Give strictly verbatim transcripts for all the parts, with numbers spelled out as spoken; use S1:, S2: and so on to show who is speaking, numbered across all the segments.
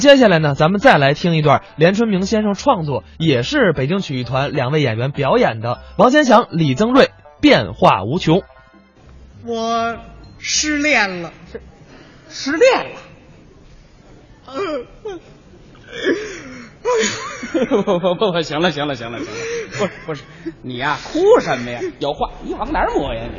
S1: 接下来呢，咱们再来听一段连春明先生创作，也是北京曲艺团两位演员表演的王先祥、李增瑞变化无穷。
S2: 我失恋了，
S3: 失失恋了。
S2: 嗯，
S3: 不不不不，行了行了行了行了，不是不是，你呀、啊、哭什么呀？有话你往哪儿抹呀你？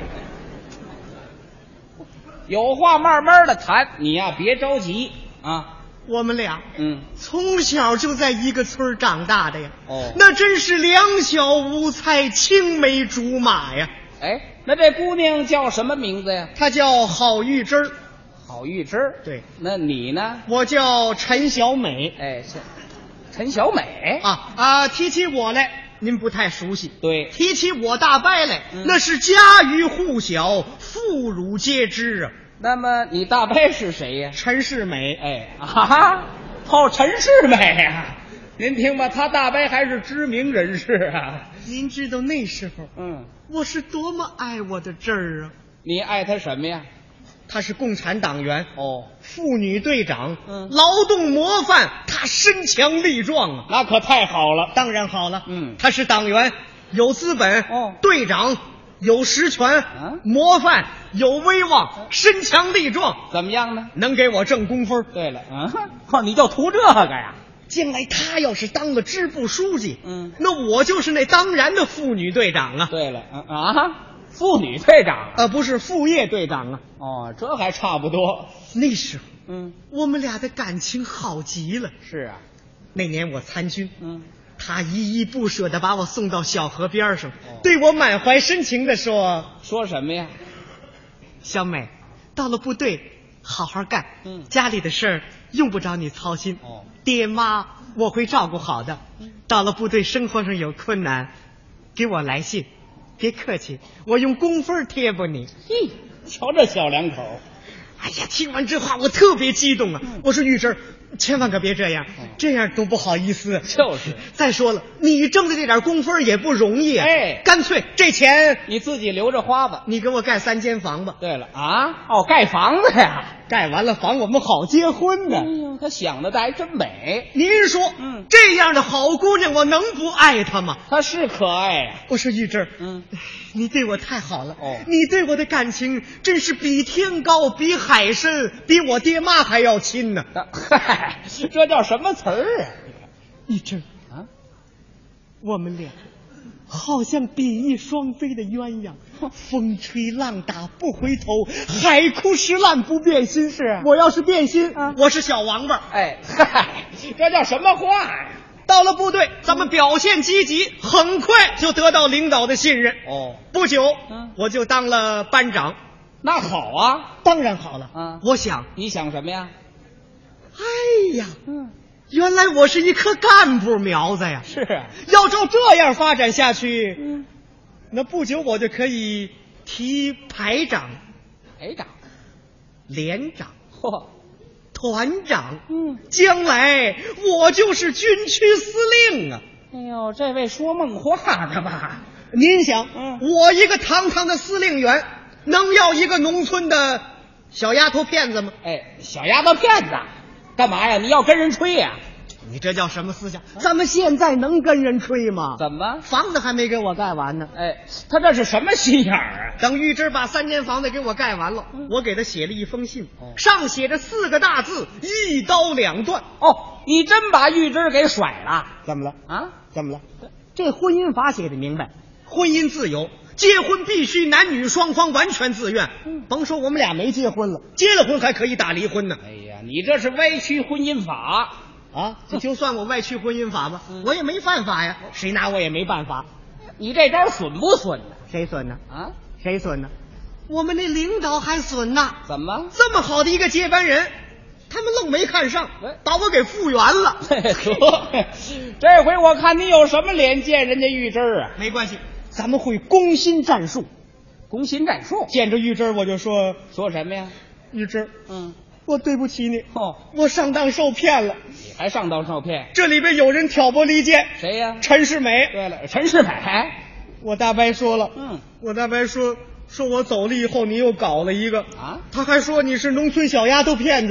S3: 有话慢慢的谈，你呀、啊、别着急啊。
S2: 我们俩，
S3: 嗯，
S2: 从小就在一个村长大的呀。
S3: 哦，
S2: 那真是两小无猜，青梅竹马呀。
S3: 哎，那这姑娘叫什么名字呀？
S2: 她叫郝玉芝。
S3: 郝玉芝。
S2: 对，
S3: 那你呢？
S2: 我叫陈小美。
S3: 哎，是陈小美
S2: 啊啊！提起我来，您不太熟悉。
S3: 对，
S2: 提起我大伯来，嗯、那是家喻户晓，妇孺皆知啊。
S3: 那么你大伯是谁呀？
S2: 陈世美。
S3: 哎啊，哦，陈世美呀、啊，您听吧，他大伯还是知名人士啊。
S2: 您知道那时候，
S3: 嗯，
S2: 我是多么爱我的侄儿啊！
S3: 你爱他什么呀？
S2: 他是共产党员
S3: 哦，
S2: 妇女队长，
S3: 嗯，
S2: 劳动模范，他身强力壮啊，
S3: 那可太好了。
S2: 当然好了，
S3: 嗯，
S2: 他是党员，有资本，
S3: 哦，
S2: 队长有实权，
S3: 啊，
S2: 模范有威望，身强力壮，
S3: 怎么样呢？
S2: 能给我挣工分。
S3: 对了，啊，哦，你就图这个呀？
S2: 将来他要是当了支部书记，
S3: 嗯，
S2: 那我就是那当然的妇女队长啊。
S3: 对了，啊啊，妇女队长
S2: 啊，不是副业队长啊。
S3: 哦，这还差不多。
S2: 那时候，
S3: 嗯，
S2: 我们俩的感情好极了。
S3: 是啊，
S2: 那年我参军，
S3: 嗯，
S2: 他依依不舍地把我送到小河边上，
S3: 哦，
S2: 对我满怀深情地说：“
S3: 说什么呀？
S2: 小美，到了部队好好干，
S3: 嗯，
S2: 家里的事儿用不着你操心。
S3: 哦，
S2: 爹妈我会照顾好的。嗯，到了部队生活上有困难，给我来信，别客气，我用工分贴补你。”
S3: 嘿，瞧这小两口。
S2: 哎呀，听完这话我特别激动啊！嗯、我说玉芝，千万可别这样，嗯、这样多不好意思。
S3: 就是。
S2: 再说了，你挣的这点工分也不容易啊！
S3: 哎，
S2: 干脆这钱
S3: 你自己留着花吧。
S2: 你给我盖三间房吧。
S3: 对了啊，哦，盖房子呀，
S2: 盖完了房我们好结婚呢。
S3: 哎呦，他想的还真美。
S2: 您说，
S3: 嗯，
S2: 这样的好姑娘，我能不爱她吗？
S3: 她是可爱呀、啊。
S2: 我说玉芝，
S3: 嗯，
S2: 你对我太好了。
S3: 哦，
S2: 你对我的感情真是比天高，比海深，比我爹妈还要亲呢。
S3: 嗨，这叫什么词儿啊？
S2: 玉芝啊，我们俩好像比翼双飞的鸳鸯，风吹浪打不回头，海枯石烂不变心。是，我要是变心，啊、我是小王八。
S3: 哎，嗨，这叫什么话呀？
S2: 到了部队，咱们表现积极，很快就得到领导的信任。
S3: 哦，
S2: 不久，
S3: 嗯，
S2: 我就当了班长。
S3: 那好啊，
S2: 当然好了。
S3: 啊，
S2: 我想，
S3: 你想什么呀？
S2: 哎呀，
S3: 嗯，
S2: 原来我是一棵干部苗子呀。
S3: 是啊，
S2: 要照这样发展下去，
S3: 嗯，
S2: 那不久我就可以提排长、
S3: 排长、
S2: 连长、
S3: 嚯、
S2: 团长。
S3: 嗯，
S2: 将来我就是军区司令啊！
S3: 哎呦，这位说梦话的吧？
S2: 您想，
S3: 嗯，
S2: 我一个堂堂的司令员，能要一个农村的小丫头片子吗？
S3: 哎，小丫头片子，干嘛呀？你要跟人吹呀？
S2: 你这叫什么思想？咱们现在能跟人吹吗？
S3: 怎么？
S2: 房子还没给我盖完呢。
S3: 哎，他这是什么心眼儿啊？
S2: 等玉芝把三间房子给我盖完了，嗯、我给他写了一封信，
S3: 哦、
S2: 上写着四个大字：一刀两断。
S3: 哦，你真把玉芝给甩了？
S2: 怎么了？
S3: 啊？
S2: 怎么了？这婚姻法写的明白，婚姻自由，结婚必须男女双方完全自愿。嗯，甭说我们俩没结婚了，结了婚还可以打离婚呢。
S3: 哎呀，你这是歪曲婚姻法。
S2: 啊，这就算我歪曲婚姻法吧，嗯、我也没犯法呀，谁拿我也没办法。
S3: 你这招损不损呢？
S2: 谁损呢？
S3: 啊，
S2: 谁损呢？我们那领导还损呢。
S3: 怎么？
S2: 这么好的一个接班人，他们愣没看上，把我给复原了。
S3: 这回我看你有什么脸见人家玉芝啊？
S2: 没关系，咱们会攻心战术。
S3: 攻心战术？
S2: 见着玉芝我就说
S3: 说什么呀？
S2: 玉芝，
S3: 嗯。
S2: 我对不起你
S3: 哦，
S2: 我上当受骗了。
S3: 你还上当受骗？
S2: 这里边有人挑拨离间。
S3: 谁呀？
S2: 陈世美。
S3: 对了，陈世美。
S2: 我大伯说了，
S3: 嗯，
S2: 我大伯说说我走了以后你又搞了一个
S3: 啊，
S2: 他还说你是农村小丫头骗子。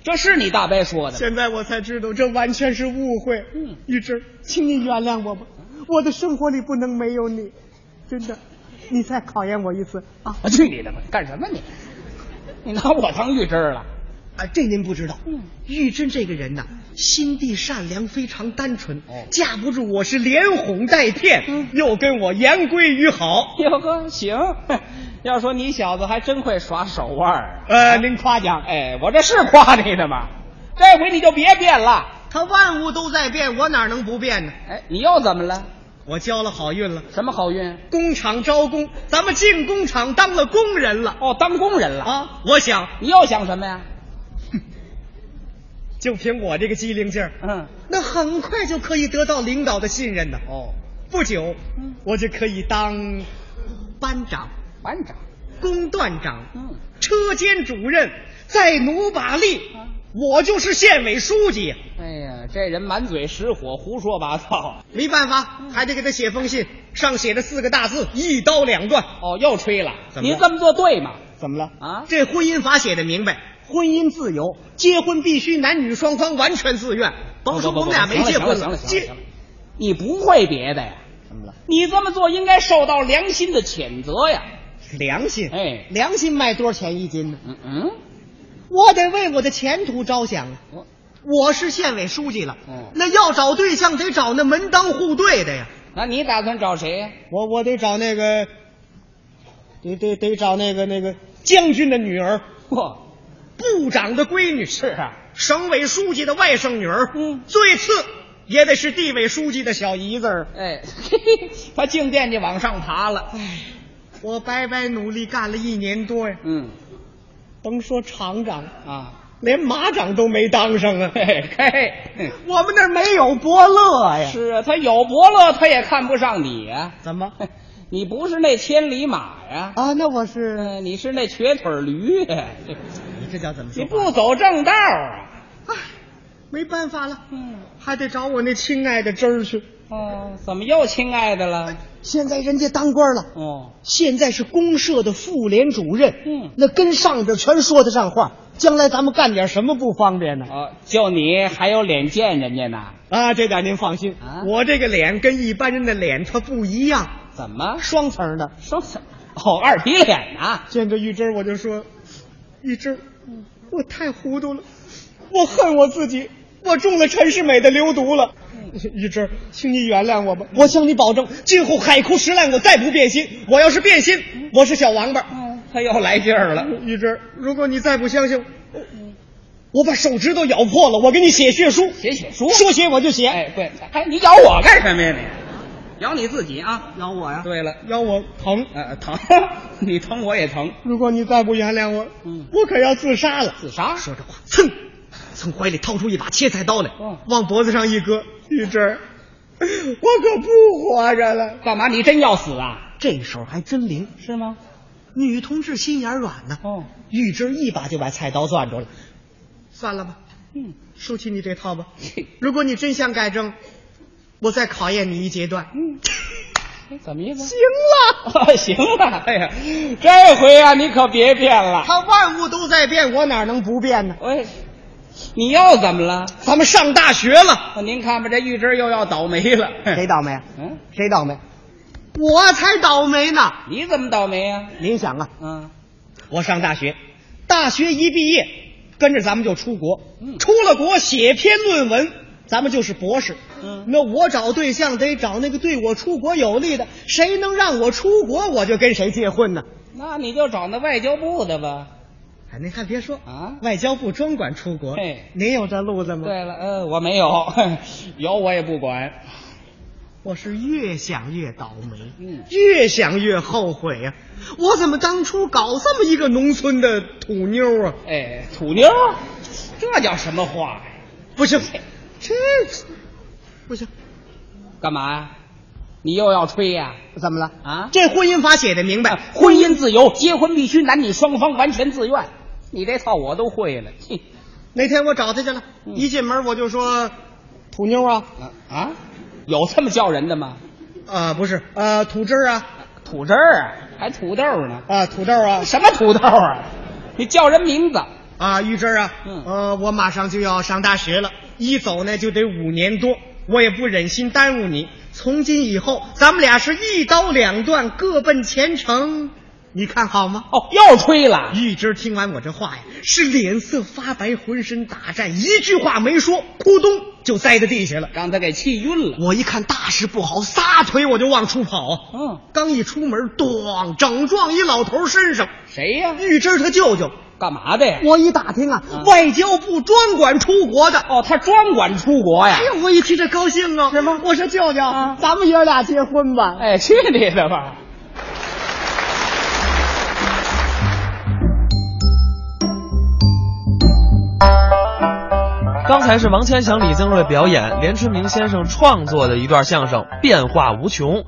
S3: 这是你大伯说的。
S2: 现在我才知道，这完全是误会。
S3: 嗯，
S2: 玉芝，请你原谅我吧，我的生活里不能没有你，真的，你再考验我一次啊！
S3: 啊，去你的吧！干什么你？你拿我当玉芝了？
S2: 啊，这您不知道。
S3: 嗯，
S2: 玉珍这个人呐，心地善良，非常单纯。
S3: 哦，
S2: 架不住我是连哄带骗，
S3: 嗯，
S2: 又跟我言归于好。
S3: 哟呵，行。要说你小子还真会耍手腕啊！
S2: 呃，您夸奖。
S3: 哎，我这是夸你的吗？这回你就别变了。
S2: 他万物都在变，我哪能不变呢？
S3: 哎，你又怎么了？
S2: 我交了好运了。
S3: 什么好运？
S2: 工厂招工，咱们进工厂当了工人了。
S3: 哦，当工人了
S2: 啊！我想，
S3: 你又想什么呀？
S2: 就凭我这个机灵劲儿，
S3: 嗯，
S2: 那很快就可以得到领导的信任的。
S3: 哦，
S2: 不久，
S3: 嗯，
S2: 我就可以当班长、
S3: 班长、
S2: 工段长、
S3: 嗯，
S2: 车间主任，再努把力，
S3: 啊，
S2: 我就是县委书记。
S3: 哎呀，这人满嘴实火，胡说八道。
S2: 没办法，还得给他写封信，上写着四个大字：一刀两断。
S3: 哦，又吹了。
S2: 怎么了
S3: 你这么做对吗？
S2: 怎么了？
S3: 啊，
S2: 这婚姻法写的明白，婚姻自由，结婚必须男女双方完全自愿。甭说我们俩没结婚
S3: 了，
S2: 结，
S3: 你不会别的呀？
S2: 怎么了？
S3: 你这么做应该受到良心的谴责呀。
S2: 良心？
S3: 哎，
S2: 良心卖多少钱一斤呢？
S3: 嗯嗯，
S2: 我得为我的前途着想啊。
S3: 我
S2: 我是县委书记了，
S3: 嗯，
S2: 那要找对象得找那门当户对的呀。
S3: 那你打算找谁呀？
S2: 我我得找那个，得得得找那个那个将军的女儿，
S3: 嚯，
S2: 部长的闺女，
S3: 是啊，
S2: 省委书记的外甥女儿，
S3: 嗯，
S2: 最次也得是地委书记的小姨子儿。
S3: 哎，嘿嘿，他净惦记往上爬了。
S2: 唉，我白白努力干了一年多呀，
S3: 嗯，
S2: 甭说厂长
S3: 啊，
S2: 连马长都没当上啊。
S3: 嘿嘿，
S2: 我们那儿没有伯乐呀。
S3: 是啊，他有伯乐，他也看不上你呀。
S2: 怎么？
S3: 你不是那千里马呀？
S2: 啊，那我是，
S3: 呃，你是那瘸腿驴呀。
S2: 你这叫怎么说？
S3: 你不走正道啊！
S2: 唉，没办法了，
S3: 嗯，
S2: 还得找我那亲爱的侄儿去。
S3: 哦，怎么又亲爱的了？
S2: 现在人家当官了，
S3: 哦，
S2: 现在是公社的妇联主任，
S3: 嗯，
S2: 那跟上边全说得上话。将来咱们干点什么不方便呢？
S3: 哦，就你还有脸见人家呢？
S2: 啊，这点您放心，
S3: 啊，
S2: 我这个脸跟一般人的脸它不一样，
S3: 怎么
S2: 双层的，
S3: 双层？哦，二皮脸呐！
S2: 见着玉芝我就说，玉芝，我太糊涂了，我恨我自己，我中了陈世美的流毒了。玉芝，请你原谅我吧，我向你保证，今后海枯石烂，我再不变心。我要是变心，我是小王八。
S3: 嗯，他又来劲儿了。
S2: 玉芝，如果你再不相信，我把手指头咬破了，我给你写血书。
S3: 写血书？
S2: 说写我就写。
S3: 哎，对，还你咬我干什么呀你？咬你自己啊！
S2: 咬我呀？
S3: 对了，
S2: 咬我疼。
S3: 呃，疼，你疼我也疼。
S2: 如果你再不原谅我，
S3: 嗯，
S2: 我可要自杀了。
S3: 自杀？
S2: 说着话，噌，从怀里掏出一把切菜刀来，
S3: 哦，
S2: 往脖子上一搁。玉芝，我可不活着了。
S3: 干嘛？你真要死啊？
S2: 这手还真灵，
S3: 是吗？
S2: 女同志心眼软呢。
S3: 哦，
S2: 玉芝一把就把菜刀攥住了。算了吧，
S3: 嗯，
S2: 收起你这套吧。如果你真想改正，我再考验你一阶段。
S3: 嗯，怎么意思？
S2: 行了，
S3: 哦，行了。哎呀，这回啊，你可别变了。
S2: 他万物都在变，我哪能不变呢？
S3: 喂，你又怎么了？
S2: 咱们上大学了。
S3: 您看吧，这玉芝又要倒霉了。
S2: 谁倒霉？
S3: 嗯，
S2: 谁倒霉？我才倒霉呢。
S3: 你怎么倒霉呀？
S2: 您想啊，
S3: 嗯，
S2: 我上大学，大学一毕业，跟着咱们就出国，
S3: 嗯，
S2: 出了国写篇论文，咱们就是博士。
S3: 嗯，
S2: 那我找对象得找那个对我出国有利的，谁能让我出国，我就跟谁结婚呢？
S3: 那你就找那外交部的吧。
S2: 哎，您还别说
S3: 啊，
S2: 外交部专管出国。
S3: 嘿，
S2: 您有这路子吗？
S3: 对了，呃，我没有，有我也不管。
S2: 我是越想越倒霉，
S3: 嗯，
S2: 越想越后悔呀、啊！我怎么当初搞这么一个农村的土妞啊？
S3: 哎，土妞，这叫什么话呀？
S2: 不行，这不行，
S3: 干嘛呀？你又要吹呀？
S2: 怎么了
S3: 啊？
S2: 这婚姻法写的明白，
S3: 婚姻自由，结婚必须男女双方完全自愿。你这套我都会了。
S2: 那天我找他去了，
S3: 嗯、
S2: 一进门我就说：“土妞啊
S3: 啊啊，有这么叫人的吗？
S2: 啊，不是，呃，土汁儿啊，
S3: 土汁儿啊，还土豆呢？
S2: 啊，土豆啊，
S3: 什么土豆啊？你叫人名字，
S2: 啊，玉珍啊，
S3: 嗯
S2: 呃，我马上就要上大学了，一走呢就得五年多，我也不忍心耽误你。从今以后，咱们俩是一刀两断，各奔前程，你看好吗？
S3: 哦，又吹了。
S2: 玉芝听完我这话呀，是脸色发白，浑身打颤，一句话没说，扑通就栽在地下了，
S3: 让他给气晕了。
S2: 我一看大事不好，撒腿我就往出跑啊！
S3: 嗯，
S2: 刚一出门，咣，整撞一老头身上。
S3: 谁呀？
S2: 玉芝他舅舅。
S3: 干嘛的呀？
S2: 我一打听啊，
S3: 嗯
S2: 外交部专管出国的。
S3: 哦，他专管出国呀。
S2: 哎呀，我一听这高兴啊！
S3: 是吗
S2: 我说舅舅，
S3: 啊
S2: 咱们爷俩结婚吧。
S3: 哎，去你的吧！
S1: 刚才是王千祥、李增瑞表演连春明先生创作的一段相声《变化无穷》。